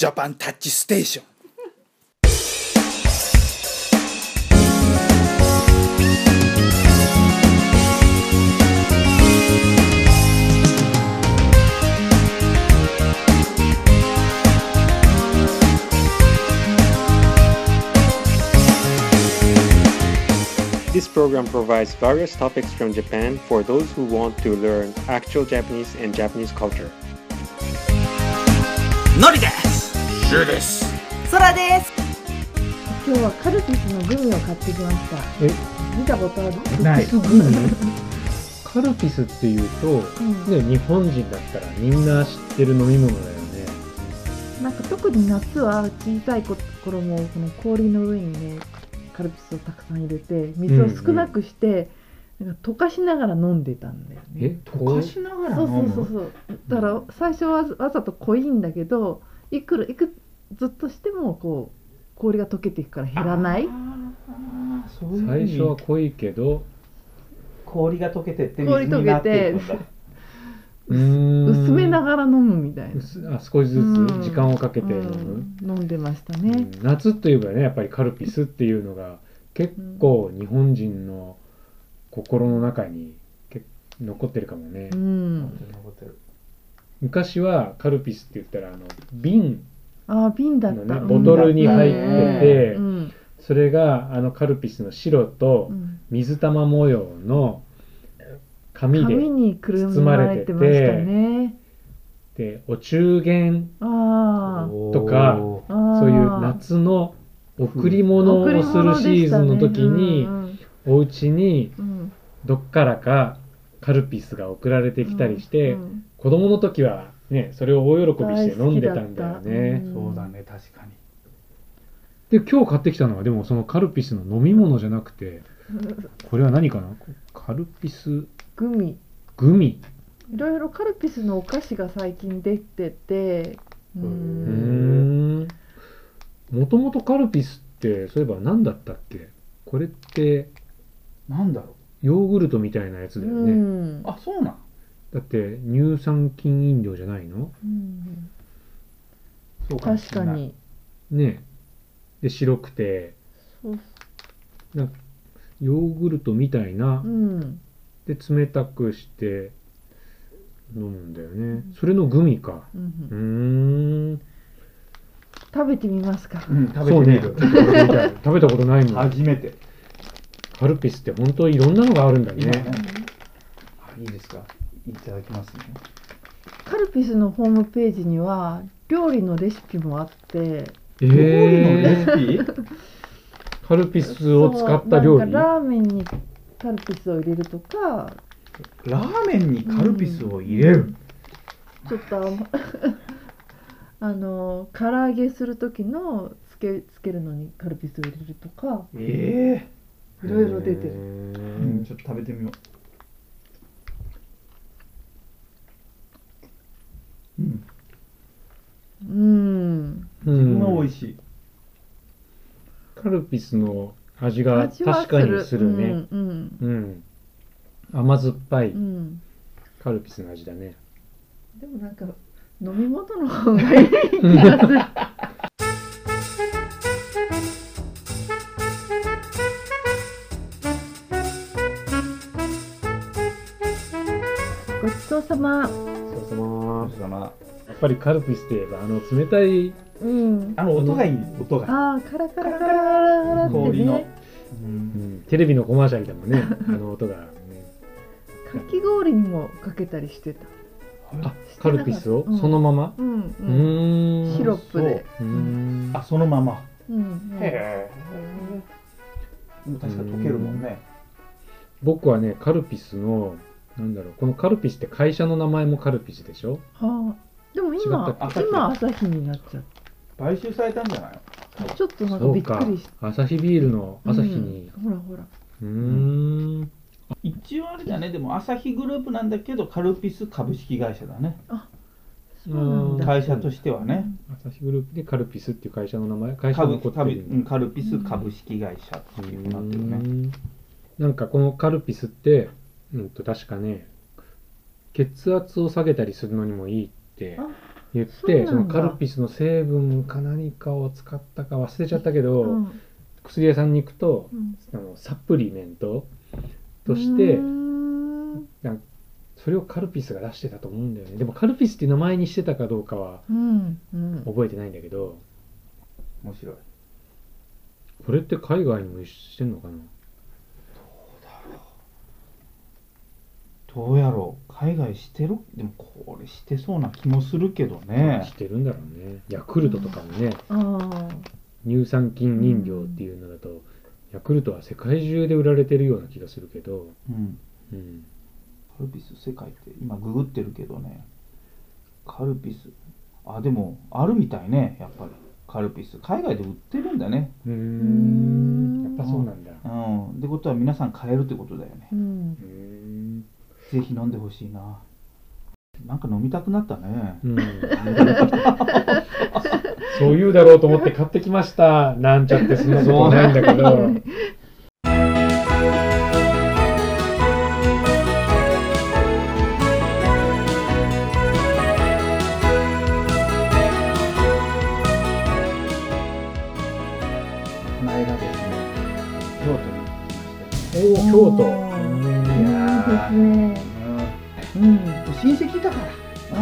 ジャパンタッチステーション。 This program provides various topics from Japan for those who want to learn actual Japanese and Japanese culture. のりです。シュウです。 ソラです。 今日はカルピスのグミを買ってきました。見たことある？ ない。 グミ？カルピスっていうと、ね、日本人だったらみんな知ってる飲み物だよね。 なんか特に夏は小さい頃もこの氷の上にねカルピスをたくさん入れて水を少なくして、なんか溶かしながら飲んでたんだよね。 溶かしながら飲む？ そうだから最初はわざと濃いんだけどいくずっとしてもこう氷が溶けていくから減らない。 そういう最初は濃いけど氷が溶けてって水になっていくんだ。 薄めながら飲むみたいな。 少しずつ時間をかけて飲む、 飲んでましたね。 夏といえばねやっぱりカルピスっていうのが結構日本人の心の中に残ってるかもね、 残ってる。 昔はカルピスって言ったら瓶だった、 ボトルに入ってて、それがカルピスの白と水玉模様の紙に包まれてて、でお中元とかそういう夏の贈り物をするシーズンの時にお家にどっからかカルピスが送られてきたりして、子供の時はねそれを大喜びして飲んでたんだよね。 そうだね、確かに。 で今日買ってきたのはでもそのカルピスの飲み物じゃなくて、これは何かな？カルピスグミ。いろいろカルピスのお菓子が最近出てて、 もともとカルピスってそういえば何だったっけ？これってなんだろう？ヨーグルトみたいなやつだよね。 あ、そうなん。 だって乳酸菌飲料じゃないの？ そうかもしれない。 確かにね。で白くてなんかヨーグルトみたいな、で冷たくして飲むんだよね。それのグミか。 食べてみますか。 食べてみる。 食べたことないもん。 初めて。 カルピスって本当にいろんなのがあるんだね。 いいですか。いただきますね。 カルピスのホームページには料理のレシピもあって。 料理のレシピ？ カルピスを使った料理？ なんかラーメンにカルピスを入れるとか。 ラーメンにカルピスを入れる？ ちょっと唐揚げする時のつけるのにカルピスを入れるとか。いろいろ出てる。 ちょっと食べてみよう。自分は美味しい。 カルピスの味が確かにするね。甘酸っぱいカルピスの味だね。 でもなんか飲み物の方がいい気がする。ごちそうさま。 やっぱりカルピスといえば冷たい音がいい。音がカラカラカラカラってね。 テレビのコマーシャルでもね音がね。 かき氷にもかけたりしてた。 カルピスをそのまま？シロップで。 そのまま。へえ。確か溶けるもんね。 僕はねカルピスのこのカルピスって会社の名前もカルピスでしょ？ でも今朝日になっちゃった。 買収されたんじゃないの？ ちょっとなんかびっくりした。 アサヒビールの朝日に。 ほら。 一応あれだね。でもアサヒグループなんだけどカルピス株式会社だね。 そうなんだ。 会社としてはね。 アサヒグループでカルピスっていう会社の名前、 カルピス株式会社っていうなってるね。 なんかこのカルピスって確かね血圧を下げたりするのにもいいって言って、そのカルピスの成分か何かを使ったか忘れちゃったけど、薬屋さんに行くと、サプリメントとしてそれをカルピスが出してたと思うんだよね。でもカルピスっていう名前にしてたかどうかは覚えてないんだけど、 面白い。 これって海外にもしてんのかな。 どうやろう、海外してる。でもこれしてそうな気もするけどね。 してるんだろうね。ヤクルトとかもね、乳酸菌飲料っていうのだと、ヤクルトは世界中で売られてるような気がするけど、 カルピス世界って今ググってるけどね、カルピスでもあるみたいね。やっぱりカルピス海外で売ってるんだね。 やっぱそうなんだ。 ってことは皆さん買えるってことだよね。ぜひ飲んでほしいな。なんか飲みたくなったね。 そう言うだろうと思って買ってきましたなんちゃって。そんなことないんだけど。京都。 親戚だから、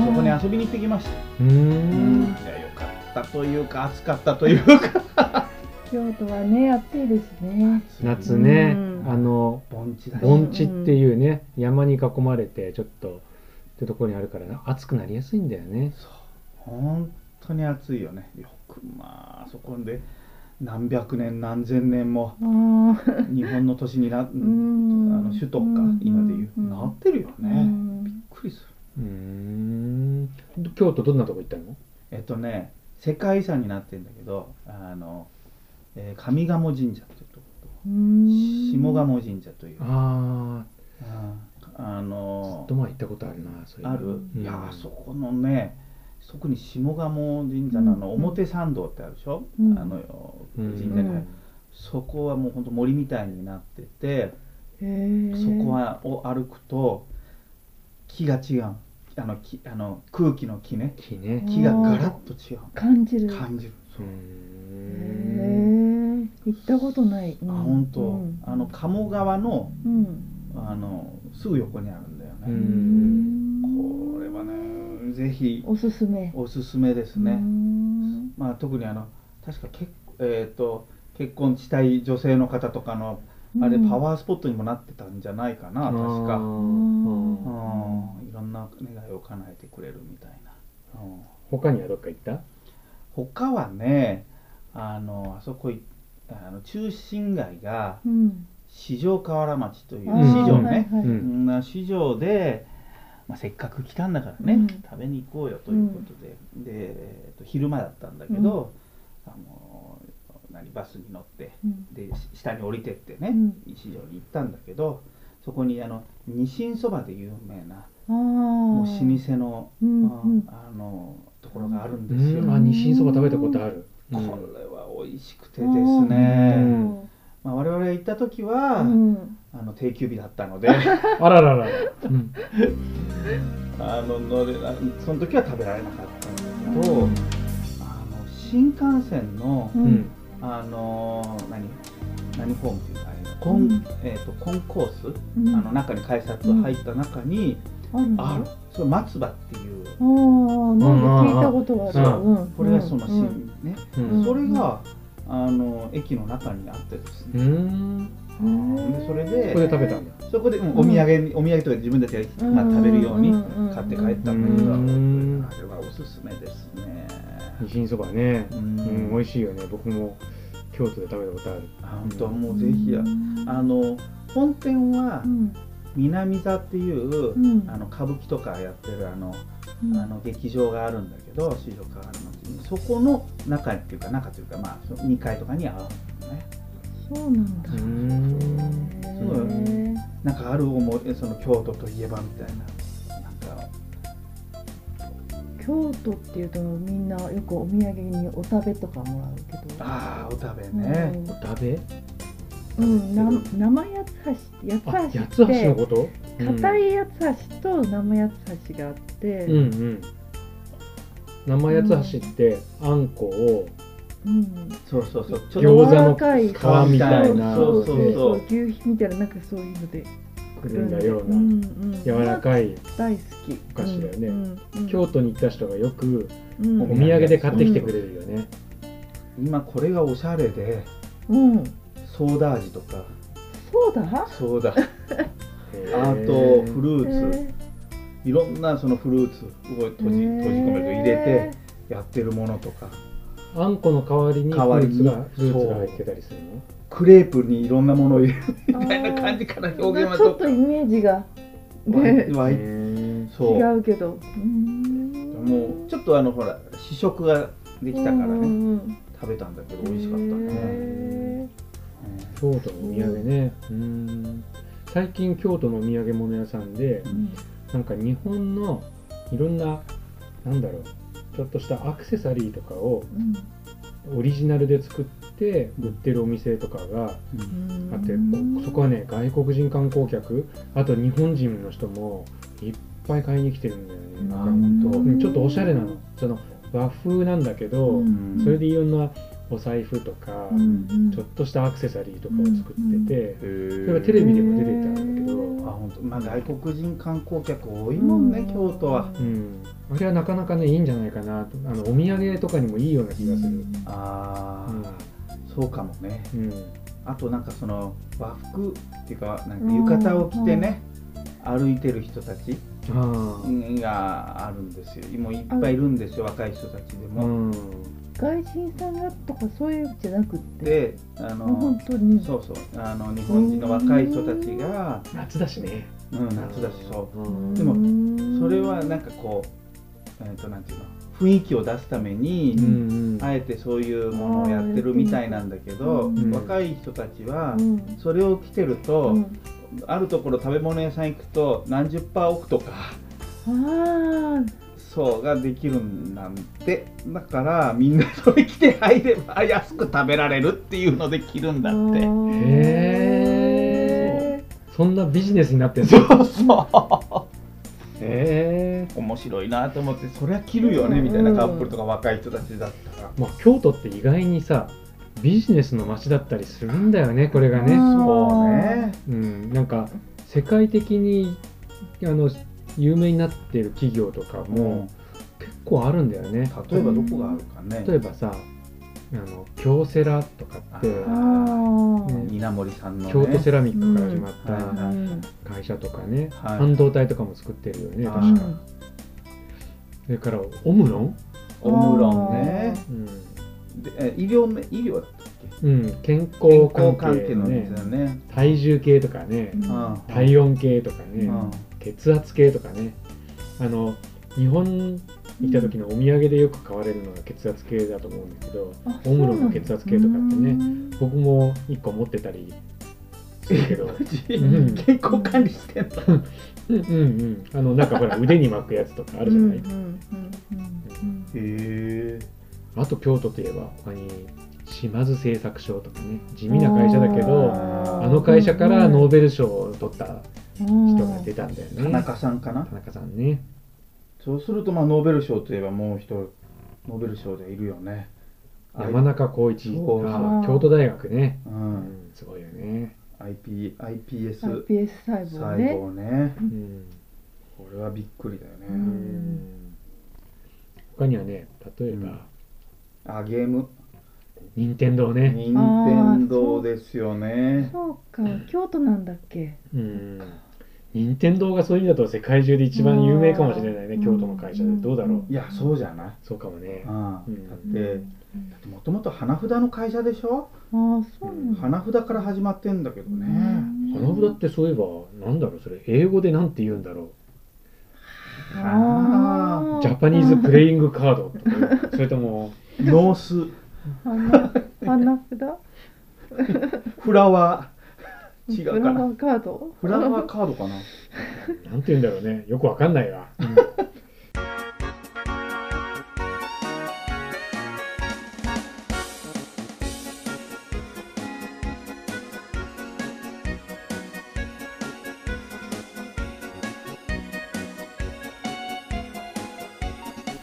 そこに遊びに行ってきました。いや、よかったというか、暑かったというか。 京都はね、暑いですね。 夏ね、盆地っていうね、山に囲まれてちょっとってところにあるから、暑くなりやすいんだよね。 そう、本当に暑いよね。よくそこで何百年何千年も日本の都市に首都か今でいうなってるよね。びっくりする。 京都どんなとこ行ったの？ 世界遺産になってるんだけど、上賀茂神社っていうところと下鴨神社という。 ずっと前行ったことあるな。それある？いや、そこのね、特に下鴨神社の表参道ってあるでしょ、神社に、そこはもうほんと森みたいになってて、そこを歩くと木が違う。空気の木ね、木がガラッと違う。 感じる。 そう。 行ったことない。 本当。鴨川のすぐ横にあるんだよね。これはね、ぜひおすすめですね。特に確か結婚したい女性の方とかのパワースポットにもなってたんじゃないかな、確か。いろんな願いを叶えてくれるみたいな。 他にはどっか行った？ 他はね、あそこ中心街が四条河原町という市場ね、市場で、せっかく来たんだからね、食べに行こうよということで、昼間だったんだけど、バスに乗って、で下に降りてってね、市場に行ったんだけど、そこにニシンそばで有名なもう老舗のところがあるんですよ。 ニシンそば食べたことある。 これは美味しくてですね、我々行った時は定休日だったので、 あららら、 その時は食べられなかったんだけど、新幹線の何ホームっていうか、コンコース、中に改札入った中にある。それ松葉っていう。 なんか聞いたことがある。 これがそのシーンね。それが駅の中にあってですね。でそれでそこで食べたんだ。 そこでお土産とか自分たちが食べるように買って帰ったんだけど、あれはおすすめですね。 ニシンそばね、美味しいよね。僕も京都で食べたことある。 本当はもうぜひ本店は南座っていう歌舞伎とかやってる劇場があるんだけど、四条河原町にそこの中っていうか2階とかにあるのね。 そうなんだ。 すごいなんかあるその京都といえばみたいな。 京都っていうとみんなよくお土産にお食べとかもらうけど。 お食べね。 お食べ？ 生八つ橋ってのこと硬い八つ橋と生八つ橋があって、 生八つ橋ってあんこを、 そうそうそう、 餃子の皮みたいな、 そうそうそう、牛皮みたいな、なんかそういうのでくるんだような柔らかい大好きお菓子だよね。京都に行った人がよくお土産で買ってきてくれるよね。 今これがおしゃれで、ソーダ味とか、ソーダあとフルーツ、いろんなそのフルーツを閉じ込めると入れてやってるものとか、 あんこの代わりにフルーツが入ってたりするの？ クレープにいろんなものを入れるみたいな感じから表現はちょっとイメージが違うけど、 もうちょっとほら試食ができたからね、食べたんだけど美味しかったね。 京都のお土産ね。最近京都のお土産物屋さんで、なんか日本のいろんな、なんだろう、ちょっとしたアクセサリーとかをオリジナルで作って売ってるお店とかがあって、そこはね、外国人観光客、あと日本人の人もいっぱい買いに来てるんだよね。ちょっとおしゃれなの。その和風なんだけど、それでいろんなお財布とか、ちょっとしたアクセサリーとかを作ってて、それがテレビでも出てたんだけど、 本当、まあ外国人観光客多いもんね、京都は。 あれはなかなかね、いいんじゃないかなと。お土産とかにもいいような気がする。 そうかもね。あとなんかその和服っていうか、なんか浴衣を着てね、歩いてる人たちがあるんですよ。今いっぱいいるんですよ、若い人たちでも。 外人さんがとかそういうじゃなくて、 本当にそうそう、日本人の若い人たちが、 夏だしね、 夏だし、そうでもそれはなんかこう、なんていうの、雰囲気を出すためにあえてそういうものをやってるみたいなんだけど、若い人たちはそれを着てると、あるところ食べ物屋さん行くと何十%オフとかそうができるんなんて、だからみんなそれ着て入れば安く食べられるっていうので着るんだって。 へえ、そんなビジネスになってんの？そうそう。 面白いなと思って、そりゃ着るよねみたいなカップルとか若い人たちだったら。 まあ京都って意外にさ、ビジネスの街だったりするんだよね、これがね。 そうね。 なんか世界的に有名になっている企業とかも結構あるんだよね。 例えばどこがあるかね。 例えばさ、京セラとかって、 稲森さんの、ね、 京都セラミックから始まった会社とかね、半導体とかも作ってるよね、確か。それからオムロンね。で医療だったっけ？ 健康関係のね、 体重計とかね、体温計とかね、血圧計とかね。日本に来た時のお土産でよく買われるのが血圧計だと思うんだけど、オムロンの血圧計とかってね、僕も1個持ってたりするけど、 健康管理してんの？なんかほら腕に巻くやつとかあるじゃない？あと京都といえば他に島津製作所とかね、地味な会社だけど、会社からノーベル賞を取った人が出たんだよね。 田中さんかな？ 田中さんね。 そうすると、まあノーベル賞といえばもう一人ノーベル賞でいるよね。 山中浩一、京都大学ね。すごいよね。 iPS 細胞ね。これはびっくりだよね。 他にはね、例えばゲーム。 任天堂ね。 任天堂ですよね。 そうか、京都なんだっけ。 任天堂がそういう意味だと世界中で一番有名かもしれないね、京都の会社で。どうだろう。 いや、そうじゃない。 そうかもね。 だってもともと花札の会社でしょ。花札から始まってんだけどね。 花札ってそういえばなんだろう、それ英語でなんて言うんだろう。ジャパニーズプレイングカードとか、それともノース花札フラワー違うかな。 フラワーカード？ フラワーカードかな。 なんて言うんだろうね。よくわかんないわ。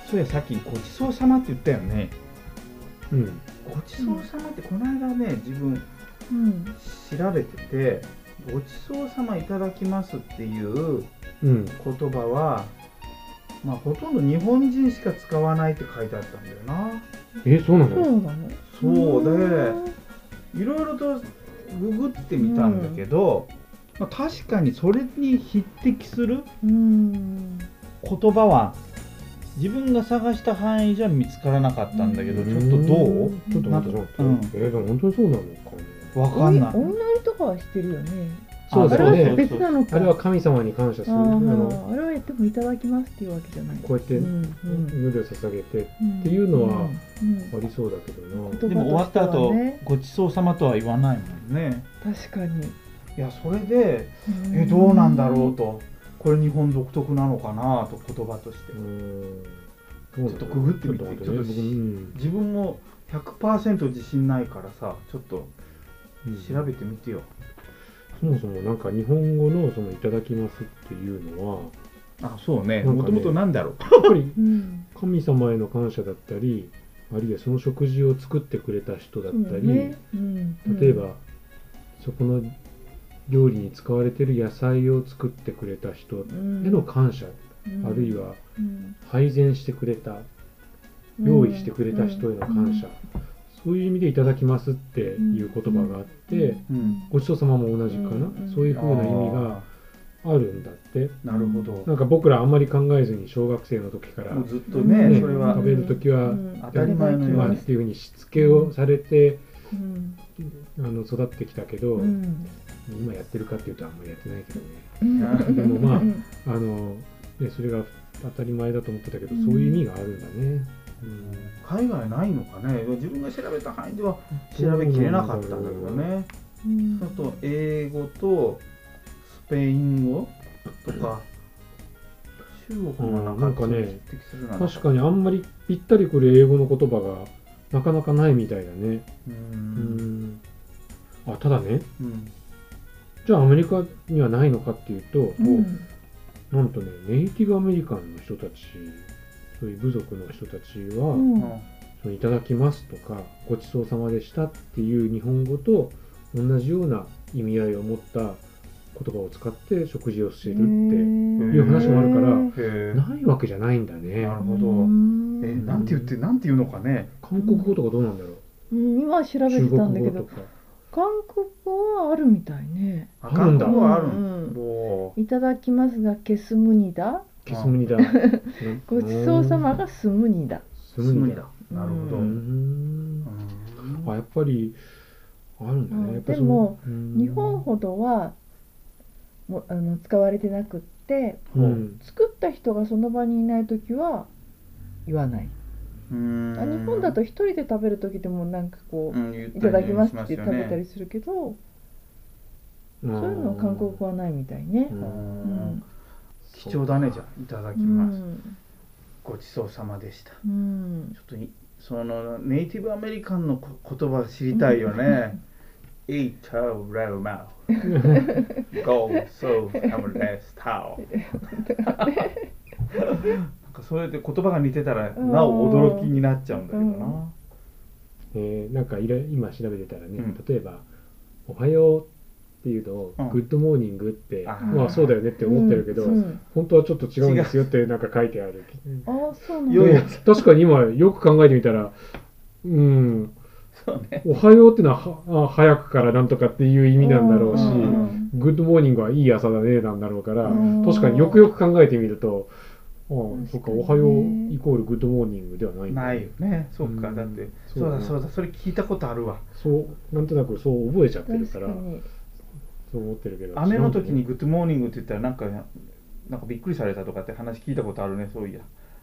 そうや、さっきごちそうさまって言ったよね。 うん、 ごちそうさまってこの間ね、自分調べてて、ごちそうさまいただきますっていう言葉は、まあほとんど日本人しか使わないって書いてあったんだよな。 そうなの？ そうで、いろいろとググってみたんだけど、まあ、確かにそれに匹敵する言葉は自分が探した範囲じゃ見つからなかったんだけど、ちょっとどう？ ちょっと待って、でも本当にそうなのかな。わかんない。 お祈りとかはしてるよね。 そうですね。 別なのか。 あれは神様に感謝する。 あれは言ってもいただきますっていうわけじゃない。 こうやって祈りを捧げてっていうのはありそうだけどな。 でも終わった後、ごちそうさまとは言わないもんね。 確かに。 いや、それでどうなんだろうと。これ日本独特なのかなと、言葉として。ちょっとググってみて、ちょっと自分も 100% 自信ないからさ、ちょっと調べてみてよ。 そもそもなんか日本語のそのいただきますっていうのは、 そうね、もともとなんだろう。 やっぱり神様への感謝だったり、あるいはその食事を作ってくれた人だったり、例えばそこの料理に使われている野菜を作ってくれた人への感謝、あるいは配膳してくれた、用意してくれた人への感謝、そういう意味でいただきますっていう言葉があって、ごちそうさまも同じかな、そういう風な意味があるんだって。 なるほど。 なんか僕らあんまり考えずに小学生の時からずっとね、それは食べる時は当たり前のようにっていう風にしつけをされて育ってきたけど、今やってるかっていうとあんまりやってないけどね。でもまあそれが当たり前だと思ってたけど、そういう意味があるんだね。 海外ないのかね。自分が調べた範囲では調べきれなかったんだけどね。あと英語とスペイン語とか中国のなんかね、確かにあんまりぴったりくる英語の言葉がなかなかないみたいだね。ただね、じゃあアメリカにはないのかっていうと、なんとね、ネイティブアメリカンの人たち、そういう部族の人たちは、そのいただきますとかごちそうさまでしたっていう日本語と同じような意味合いを持った言葉を使って食事をしているっていう話もあるからないわけじゃないんだね。 なるほど。なんて言うのかね。 韓国語とかどうなんだろう。 今調べてたんだけど、韓国語はあるみたいね。 韓国語はある。 いただきますがケスムニダ。 ケスムニダ。 ごちそうさまがスムニダ。 スムニダ。 なるほど。やっぱりあるんだね。 でも日本ほどは使われてなくって、作った人がその場にいないときは言わない。日本だと一人で食べるときでもなんかこういただきますって食べたりするけど、そういうのは韓国語はないみたいね。 貴重だね。じゃあいただきます。ごちそうさまでした。ちょっとそのネイティブアメリカンの言葉知りたいよね。Eat a red mouth. Go so have less towel. なんかそうやって言葉が似てたらなお驚きになっちゃうんだけどな。 なんか今調べてたらね、例えばおはようっていうのをグッドモーニングってまあそうだよねって思ってるけど、本当はちょっと違うんですよってなんか書いてある。 そうなんだ。 確かに今よく考えてみたら、おはようっていうのは早くからなんとかっていう意味なんだろうし、グッドモーニングはいい朝だねなんだろうから、確かによくよく考えてみると、そっか、おはようイコールグッドモーニングではないんだ。 ないよね。そっか、だってそうだそれ聞いたことあるわ。 なんとなくそう覚えちゃってるからそう思ってるけど、 雨の時にグッドモーニングって言ったらなんかびっくりされたとかって話聞いたことあるね。そういや。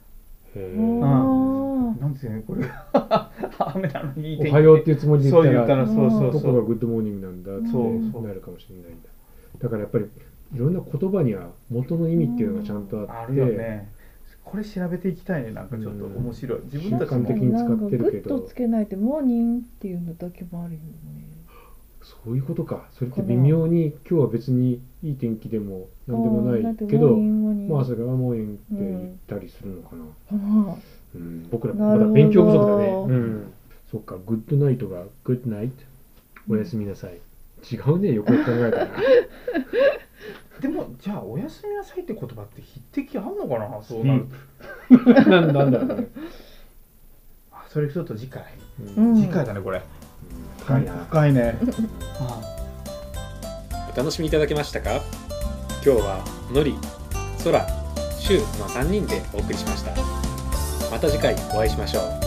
なんていうのこれ雨なのにいい天気。 おはようっていうつもりで言ったら、 そうどこがグッドモーニングなんだってなるかもしれないんだ。だからやっぱりいろんな言葉には元の意味っていうのがちゃんとあって、 あるよね。これ調べていきたいね。なんかちょっと面白い。自分たち的に使ってるけど、 グッドつけないでモーニングっていうのだけもあるよね。 そういうことか。それって微妙に今日は別にいい天気でもなんでもないけど、まあ朝がモーニンって言ったりするのかな。うん、僕らまだ勉強不足だね。うん。そっか、グッドナイトがグッドナイト、おやすみなさい。違うね、よく考えたら。 でもじゃあおやすみなさいって言葉って匹敵あんのかな、そうなると。なんだろうね。 それちょっと次回、次回だねこれ。深いな。深いね。 お楽しみいただけましたか？今日はのり、そら、しゅうの3人でお送りしました。また次回お会いしましょう。